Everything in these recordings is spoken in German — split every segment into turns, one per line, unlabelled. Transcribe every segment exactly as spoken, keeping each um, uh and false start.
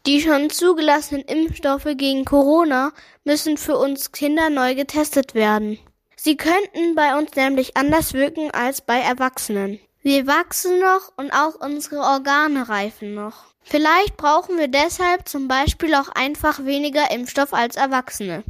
Die schon zugelassenen Impfstoffe gegen Corona müssen für uns Kinder neu getestet werden. Sie könnten bei uns nämlich anders wirken als bei Erwachsenen. Wir wachsen noch und auch unsere Organe reifen noch. Vielleicht brauchen wir deshalb zum Beispiel auch einfach weniger Impfstoff als Erwachsene.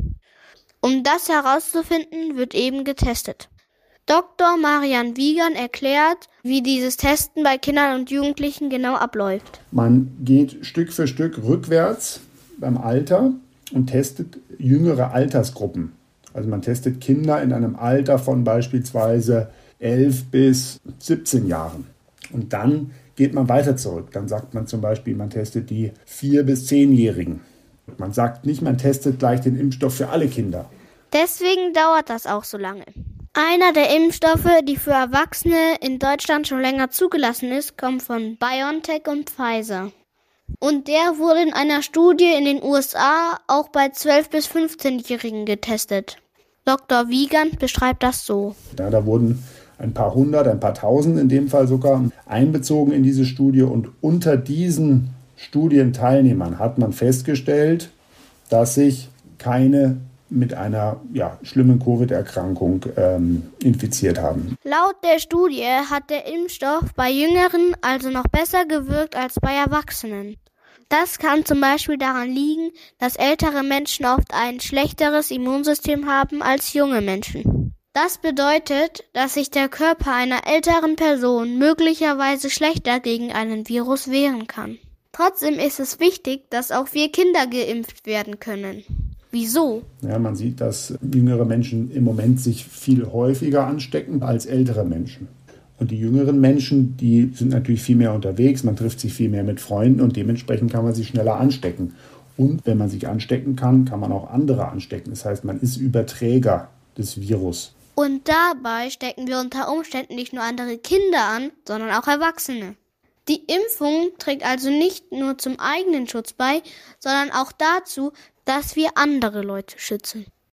Um das herauszufinden, wird eben getestet. Doktor Marian Wiegand erklärt, wie dieses Testen bei Kindern und Jugendlichen genau abläuft.
Man geht Stück für Stück rückwärts beim Alter und testet jüngere Altersgruppen. Also man testet Kinder in einem Alter von beispielsweise elf bis siebzehn Jahren. Und dann geht man weiter zurück. Dann sagt man zum Beispiel, man testet die vier- bis zehnjährigen. Man sagt nicht, man testet gleich den Impfstoff für alle Kinder.
Deswegen dauert das auch so lange. Einer der Impfstoffe, die für Erwachsene in Deutschland schon länger zugelassen ist, kommt von BioNTech und Pfizer. Und der wurde in einer Studie in den U S A auch bei zwölf- bis fünfzehnjährigen getestet. Doktor Wiegand beschreibt das so.
Ja, da wurden ein paar hundert, ein paar tausend in dem Fall sogar einbezogen in diese Studie. Und unter diesen Studienteilnehmern hat man festgestellt, dass sich keine mit einer ja, schlimmen Covid-Erkrankung ähm, infiziert haben.
Laut der Studie hat der Impfstoff bei Jüngeren also noch besser gewirkt als bei Erwachsenen. Das kann zum Beispiel daran liegen, dass ältere Menschen oft ein schlechteres Immunsystem haben als junge Menschen. Das bedeutet, dass sich der Körper einer älteren Person möglicherweise schlechter gegen einen Virus wehren kann. Trotzdem ist es wichtig, dass auch wir Kinder geimpft werden können. Wieso?
Ja, man sieht, dass jüngere Menschen im Moment sich viel häufiger anstecken als ältere Menschen. Und die jüngeren Menschen, die sind natürlich viel mehr unterwegs, man trifft sich viel mehr mit Freunden und dementsprechend kann man sich schneller anstecken. Und wenn man sich anstecken kann, kann man auch andere anstecken. Das heißt, man ist Überträger des Virus.
Und dabei stecken wir unter Umständen nicht nur andere Kinder an, sondern auch Erwachsene. Die Impfung trägt also nicht nur zum eigenen Schutz bei, sondern auch dazu, dass wir andere Leute schützen.